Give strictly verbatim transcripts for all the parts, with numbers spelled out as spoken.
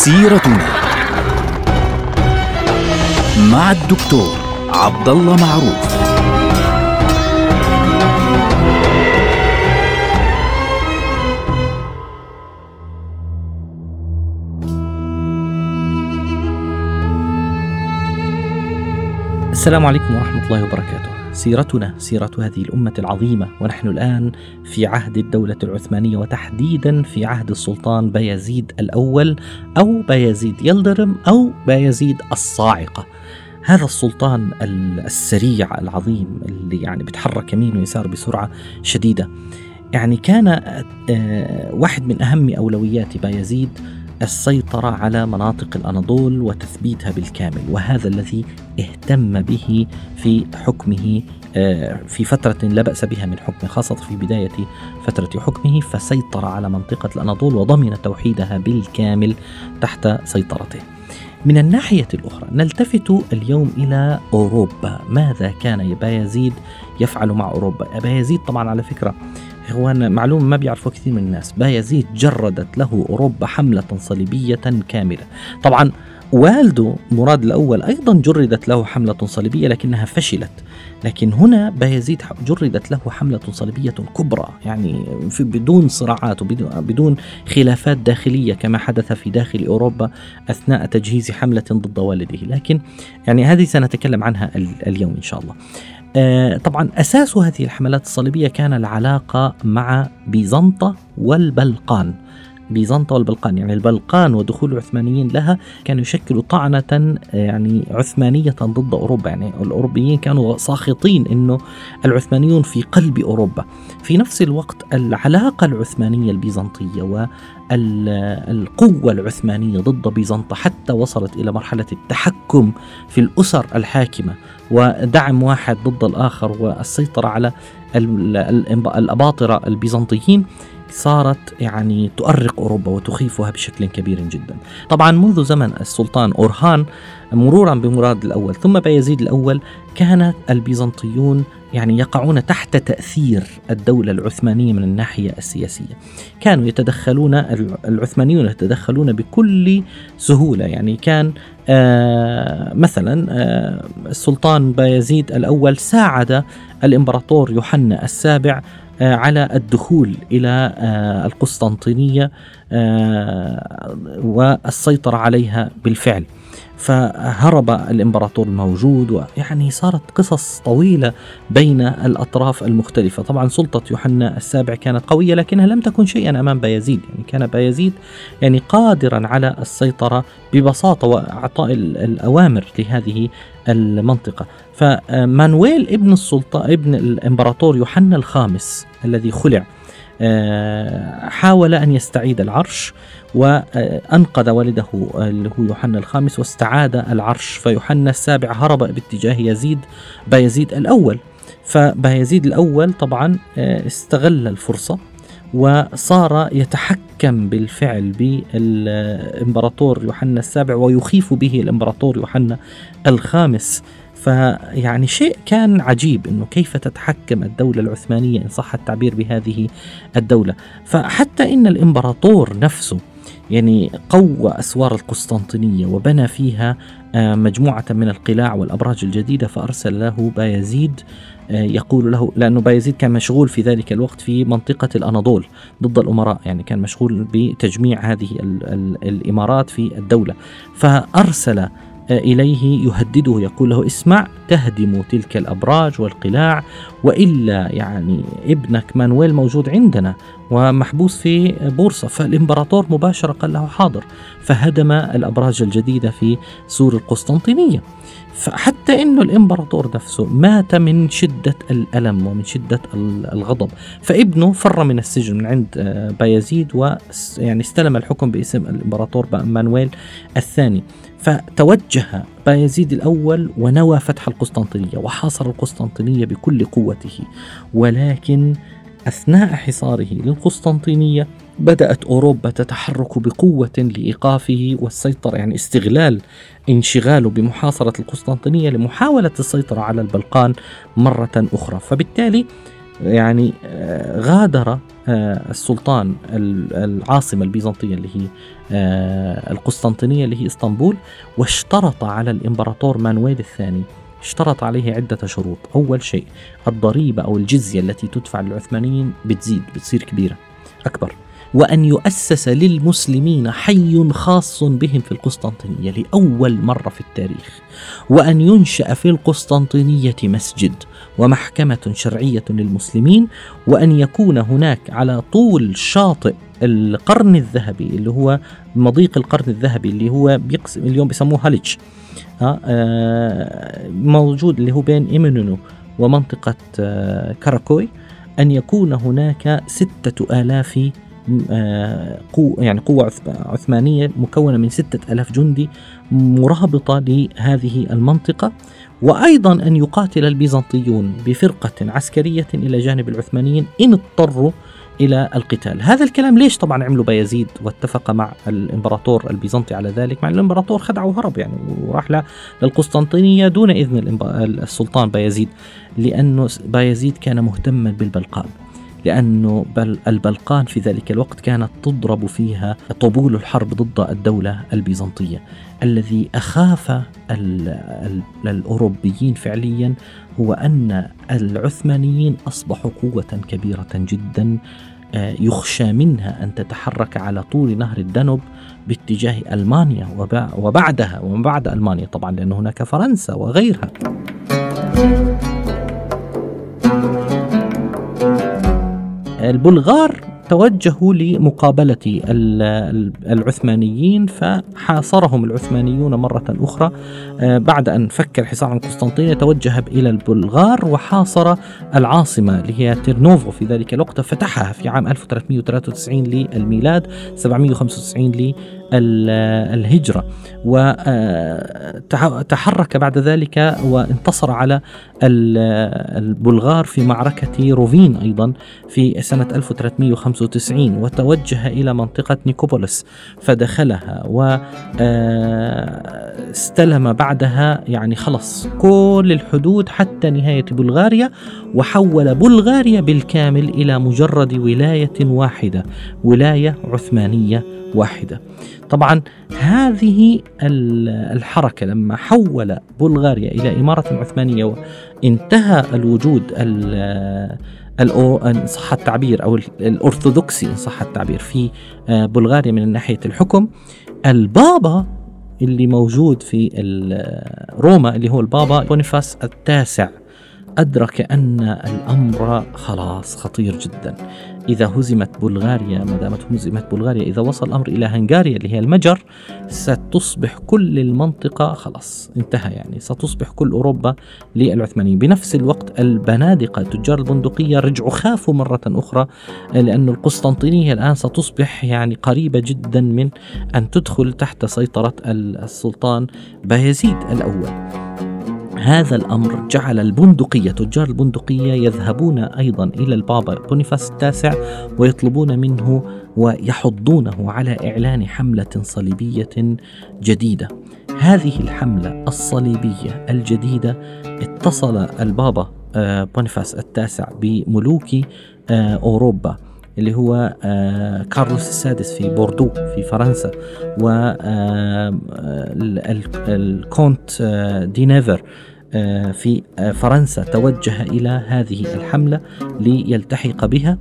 سيرتنا مع الدكتور عبد الله معروف. السلام عليكم ورحمة الله وبركاته. سيرتنا سيرة هذه الأمة العظيمة، ونحن الآن في عهد الدولة العثمانية، وتحديدا في عهد السلطان بايزيد الأول أو بايزيد يلدرم أو بايزيد الصاعقة. هذا السلطان السريع العظيم اللي يعني بيتحرك يمين ويسار بسرعة شديدة، يعني كان واحد من أهم أولويات بايزيد السيطرة على مناطق الأناضول وتثبيتها بالكامل، وهذا الذي اهتم به في حكمه في فترة لا بأس بها من حكمه، خاصة في بداية فترة حكمه، فسيطر على منطقة الأناضول وضمن توحيدها بالكامل تحت سيطرته. من الناحية الأخرى نلتفت اليوم إلى أوروبا. ماذا كان بايزيد يفعل مع أوروبا؟ بايزيد طبعا على فكرة هو معلومة ما بيعرفوا كثير من الناس، بايزيد جردت له أوروبا حملة صليبية كاملة. طبعا والده مراد الأول أيضا جردت له حملة صليبية لكنها فشلت، لكن هنا بايزيد جردت له حملة صليبية كبرى، يعني في بدون صراعات وبدون خلافات داخلية كما حدث في داخل أوروبا أثناء تجهيز حملة ضد والده. لكن يعني هذه سنتكلم عنها اليوم إن شاء الله. آه طبعا أساس هذه الحملات الصليبية كان العلاقة مع بيزنطة والبلقان. بيزنطة والبلقان يعني البلقان ودخول العثمانيين لها كانوا يشكلوا طعنة يعني عثمانية ضد أوروبا، يعني الأوروبيين كانوا ساخطين إنه العثمانيون في قلب أوروبا. في نفس الوقت العلاقة العثمانية البيزنطية والقوة العثمانية ضد بيزنطة حتى وصلت إلى مرحلة التحكم في الأسر الحاكمة ودعم واحد ضد الآخر والسيطرة على الأباطرة البيزنطيين، صارت يعني تؤرق أوروبا وتخيفها بشكل كبير جدا. طبعا منذ زمن السلطان أورهان مرورا بمراد الأول ثم بايزيد الأول كانت البيزنطيون يعني يقعون تحت تأثير الدولة العثمانية من الناحية السياسية. كانوا يتدخلون العثمانيون يتدخلون بكل سهولة، يعني كان آه مثلا آه السلطان بايزيد الأول ساعد الإمبراطور يوحنا السابع على الدخول إلى القسطنطينية والسيطرة عليها بالفعل، فهرب الإمبراطور الموجود، ويعني صارت قصص طويلة بين الأطراف المختلفة. طبعا سلطة يوحنا السابع كانت قوية لكنها لم تكن شيئا أمام بايزيد، يعني كان بايزيد يعني قادرا على السيطرة ببساطة وإعطاء الأوامر لهذه المنطقة. فمانويل ابن السلطان ابن الإمبراطور يوحنا الخامس الذي خلع حاول أن يستعيد العرش وأنقذ والده اللي هو يوحنا الخامس واستعاد العرش، فيوحنا السابع هرب باتجاه يزيد بايزيد الأول. فبايزيد الأول طبعا استغل الفرصة وصار يتحكم بالفعل بالإمبراطور يوحنا السابع ويخيف به الإمبراطور يوحنا الخامس. فيعني شيء كان عجيب إنه كيف تتحكم الدولة العثمانية إن صح التعبير بهذه الدولة. فحتى إن الإمبراطور نفسه يعني قوى أسوار القسطنطينية وبنى فيها مجموعة من القلاع والأبراج الجديدة، فأرسل له بايزيد يقول له، لأنه بايزيد كان مشغول في ذلك الوقت في منطقة الأناضول ضد الأمراء، يعني كان مشغول بتجميع هذه الإمارات في الدولة، فأرسل إليه يهدده يقول له اسمع تهدم تلك الأبراج والقلاع وإلا يعني ابنك مانويل موجود عندنا ومحبوس في بورصة. فالإمبراطور مباشرة قال له حاضر، فهدم الأبراج الجديدة في سور القسطنطينية. فحتى إنه الإمبراطور نفسه مات من شدة الألم ومن شدة الغضب، فابنه فر من السجن من عند بايزيد ويعني استلم الحكم باسم الإمبراطور مانويل الثاني. فتوجه بايزيد الأول ونوى فتح القسطنطينية وحاصر القسطنطينية بكل قوته، ولكن أثناء حصاره للقسطنطينية بدأت أوروبا تتحرك بقوة لإيقافه والسيطرة، يعني استغلال انشغاله بمحاصرة القسطنطينية لمحاولة السيطرة على البلقان مرة أخرى. فبالتالي يعني غادر السلطان العاصمة البيزنطية اللي هي القسطنطينية اللي هي اسطنبول، واشترط على الإمبراطور مانويل الثاني، اشترط عليه عدة شروط. أول شيء الضريبة أو الجزية التي تدفع للعثمانيين بتزيد، بتصير كبيرة أكبر، وأن يؤسس للمسلمين حي خاص بهم في القسطنطينية لأول مرة في التاريخ، وأن ينشأ في القسطنطينية مسجد ومحكمة شرعية للمسلمين، وأن يكون هناك على طول شاطئ القرن الذهبي اللي هو مضيق القرن الذهبي اللي هو بيقسم اليوم بيسموه هاليتش موجود اللي هو بين إيمينونو ومنطقة كاراكوي، أن يكون هناك ستة آلاف قوة يعني قوة عثمانية مكونة من ستة ألاف جندي مرابطة لهذه المنطقة، وأيضا أن يقاتل البيزنطيون بفرقة عسكرية إلى جانب العثمانيين إن اضطروا إلى القتال. هذا الكلام ليش طبعا عمله بايزيد واتفق مع الإمبراطور البيزنطي على ذلك، مع الإمبراطور خدعه وهرب يعني وراح للقسطنطينية دون إذن السلطان بايزيد، لأنه بايزيد كان مهتما بالبلقان، لأنه بل البلقان في ذلك الوقت كانت تضرب فيها طبول الحرب ضد الدولة البيزنطية. الذي أخاف الأوروبيين فعليا هو أن العثمانيين أصبحوا قوة كبيرة جدا يخشى منها أن تتحرك على طول نهر الدانوب باتجاه ألمانيا وبعدها ومن بعد ألمانيا طبعا، لأن هناك فرنسا وغيرها. البلغار توجهوا لمقابلة العثمانيين، فحاصرهم العثمانيون مرة أخرى بعد أن فك الحصار عن قسطنطينية. توجه إلى البلغار وحاصر العاصمة اللي هي تيرنوفو في ذلك الوقت، فتحها في عام ألف وثلاثمائة وثلاثة وتسعين للميلاد، سبعمائة وخمسة وتسعين للهجرة، وتحرك بعد ذلك وانتصر على البلغار في معركة روفين أيضا في سنة ألف وثلاثمائة وخمسة وتسعين، وتوجه إلى منطقة نيكوبوليس فدخلها واستلم بعدها يعني خلص كل الحدود حتى نهاية بلغاريا، وحول بلغاريا بالكامل إلى مجرد ولاية واحدة، ولاية عثمانية واحدة. طبعا هذه الحركة لما حول بلغاريا إلى إمارة عثمانية وانتهى الوجود إن صح التعبير أو الأرثوذكسي إن صح التعبير في بلغاريا من ناحية الحكم، البابا اللي موجود في روما اللي هو البابا بونيفاس التاسع أدرك أن الأمر خلاص خطير جدا. إذا هزمت بلغاريا، ما دامت هزمت بلغاريا، إذا وصل الأمر إلى هنغاريا اللي هي المجر، ستصبح كل المنطقة خلاص انتهى، يعني ستصبح كل أوروبا للعثمانيين. بنفس الوقت البنادقة تجار البندقية رجعوا خافوا مرة أخرى، لأن القسطنطينية الآن ستصبح يعني قريبة جدا من أن تدخل تحت سيطرة السلطان بايزيد الأول. هذا الأمر جعل البندقية تجار البندقية يذهبون أيضا إلى البابا بونيفاس التاسع ويطلبون منه ويحضونه على إعلان حملة صليبية جديدة. هذه الحملة الصليبية الجديدة اتصل البابا بونيفاس التاسع بملوك أوروبا اللي هو كارلوس السادس في بوردو في فرنسا، والكونت دي نيفر في فرنسا، توجه إلى هذه الحملة ليلتحق بها،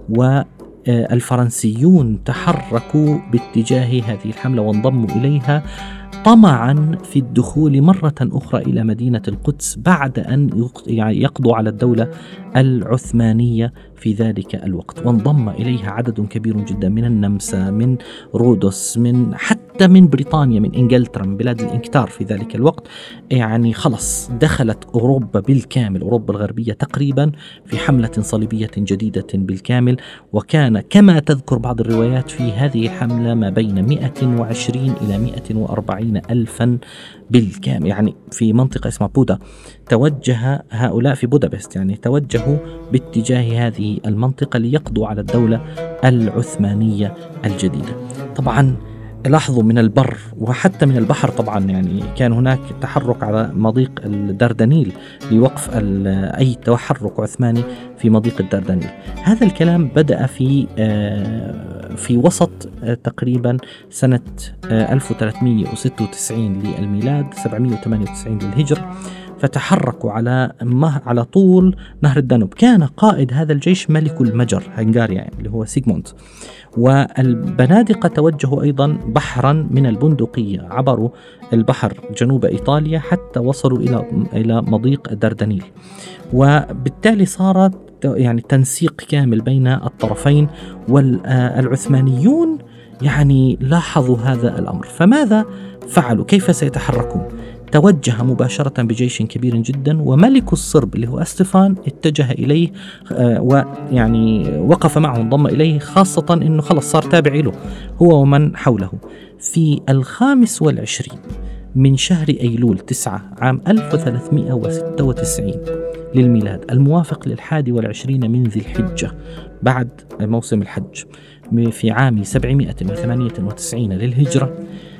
والفرنسيون تحركوا باتجاه هذه الحملة وانضموا إليها طمعا في الدخول مرة أخرى إلى مدينة القدس بعد أن يقضوا على الدولة العثمانية في ذلك الوقت. وانضم إليها عدد كبير جدا من النمسا، من رودوس، من حتى من بريطانيا، من إنجلترا، من بلاد الإنكتار في ذلك الوقت. يعني خلص دخلت أوروبا بالكامل، أوروبا الغربية تقريبا، في حملة صليبية جديدة بالكامل. وكان كما تذكر بعض الروايات في هذه الحملة ما بين مئة وعشرين إلى مئة وأربعين ألفا بالكامل، يعني في منطقة اسمها بودا. توجه هؤلاء في بودابست، يعني توجهوا باتجاه هذه المنطقة ليقضوا على الدولة العثمانية الجديدة. طبعا لاحظوا من البر وحتى من البحر طبعا، يعني كان هناك تحرك على مضيق الدردنيل لوقف أي تحرك عثماني في مضيق الدردنيل. هذا الكلام بدأ في في وسط تقريبا سنة ألف وثلاثمئة وستة وتسعين للميلاد، سبعمئة وثمانية وتسعين للهجرة، فتحركوا على على طول نهر الدانوب. كان قائد هذا الجيش ملك المجر هنغاريا يعني اللي هو سيغموند، والبنادقة توجهوا أيضا بحرا من البندقية، عبروا البحر جنوب إيطاليا حتى وصلوا إلى إلى مضيق الدردنيل، وبالتالي صارت يعني تنسيق كامل بين الطرفين. والعثمانيون يعني لاحظوا هذا الأمر، فماذا فعلوا؟ كيف سيتحركون؟ توجه مباشرة بجيش كبير جدا، وملك الصرب اللي هو أستفان اتجه إليه ويعني وقف معه، انضم إليه، خاصة أنه خلص صار تابع له هو ومن حوله. في الخامس والعشرين من شهر أيلول تسعة عام ألف وثلاثمئة وستة وتسعين للميلاد، الموافق للحادي والعشرين من ذي الحجة بعد موسم الحج، في عام سبعمئة وثمانية وتسعين للهجرة،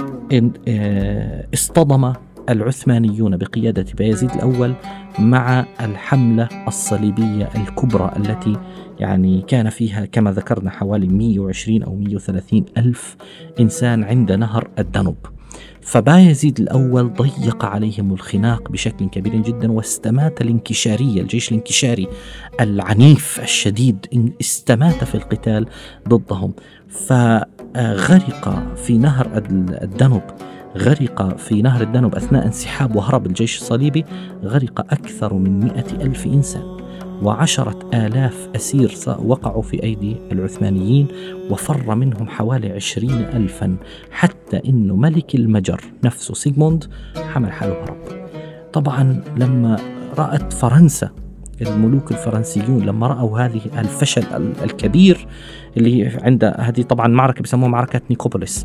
اصطدم العثمانيون بقيادة بايزيد الأول مع الحملة الصليبية الكبرى التي يعني كان فيها كما ذكرنا حوالي مئة وعشرين أو مئة وثلاثين ألف إنسان عند نهر الدانوب. فبايزيد الأول ضيق عليهم الخناق بشكل كبير جدا، واستمات الانكشارية، الجيش الانكشاري العنيف الشديد استمات في القتال ضدهم، فغرق في نهر الدانوب غرق في نهر الدانوب أثناء انسحاب وهرب الجيش الصليبي، غرق أكثر من مئة ألف إنسان، وعشرة آلاف أسير وقعوا في أيدي العثمانيين، وفر منهم حوالي عشرين ألفا، حتى إنه ملك المجر نفسه سيغموند حمل حاله هرب. طبعا لما رأت فرنسا، الملوك الفرنسيون لما رأوا هذه الفشل الكبير اللي عند هذه طبعا معركة بيسموها معركة نيكوبوليس،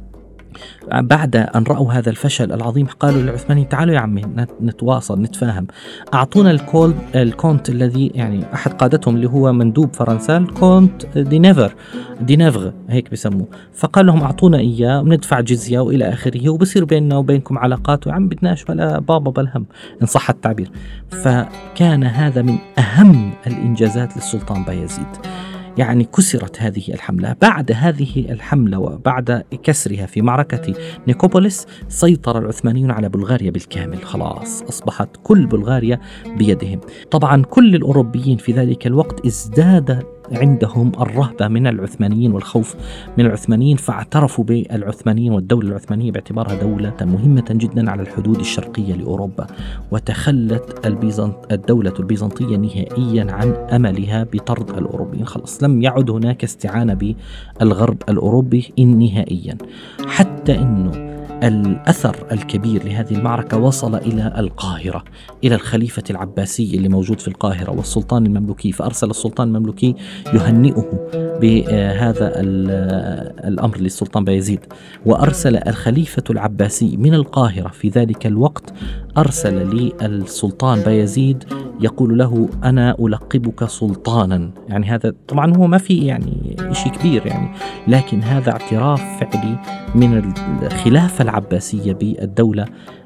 بعد أن رأوا هذا الفشل العظيم قالوا للعثمانيين تعالوا يا عمي نتواصل نتفاهم، أعطونا الكول الكونت الذي يعني أحد قادتهم اللي هو مندوب فرنسا، الكونت دينيفر دينيفر هيك بيسموه، فقال لهم أعطونا إياه وندفع جزية وإلى آخره وبصير بيننا وبينكم علاقات، وعم بدناش ولا بابا بالهم إن صح التعبير. فكان هذا من أهم الإنجازات للسلطان بايزيد، يعني كسرت هذه الحملة. بعد هذه الحملة وبعد كسرها في معركة نيكوبوليس سيطر العثمانيون على بلغاريا بالكامل، خلاص أصبحت كل بلغاريا بيدهم. طبعا كل الأوروبيين في ذلك الوقت ازداد عندهم الرهبة من العثمانيين والخوف من العثمانيين، فاعترفوا بالعثمانيين والدولة العثمانية باعتبارها دولة مهمة جدا على الحدود الشرقية لأوروبا، وتخلت البيزنط الدولة البيزنطية نهائيا عن أملها بطرد الأوروبيين، خلاص لم يعد هناك استعانة بالغرب الأوروبي نهائيا، حتى أنه الأثر الكبير لهذه المعركة وصل إلى القاهرة، إلى الخليفة العباسي اللي موجود في القاهرة والسلطان المملوكي، فأرسل السلطان المملوكي يهنئه بهذا الأمر للسلطان بايزيد، وأرسل الخليفة العباسي من القاهرة في ذلك الوقت، أرسل للسلطان بايزيد يقول له أنا ألقبك سلطانا، يعني هذا طبعا هو ما في يعني شيء كبير يعني، لكن هذا اعتراف فعلي من الخلافة العباسية بالدولة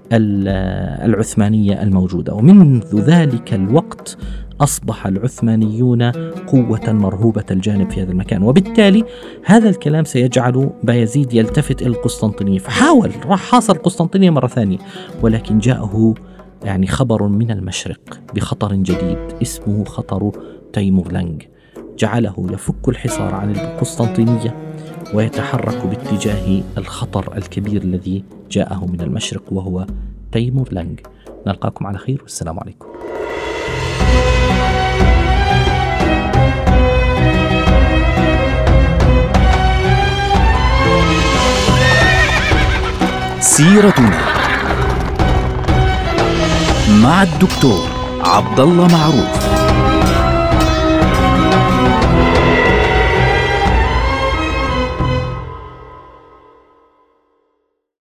العثمانية الموجودة. ومنذ ذلك الوقت أصبح العثمانيون قوة مرهوبة الجانب في هذا المكان، وبالتالي هذا الكلام سيجعل بايزيد يلتفت إلى القسطنطينية، فحاول راح حاصر القسطنطينية مرة ثانية، ولكن جاءه يعني خبر من المشرق بخطر جديد اسمه خطر تيمورلنج، جعله يفك الحصار عن القسطنطينية ويتحرك باتجاه الخطر الكبير الذي جاءه من المشرق وهو تيمورلنج. نلقاكم على خير والسلام عليكم. سيرتنا مع الدكتور عبد الله معروف.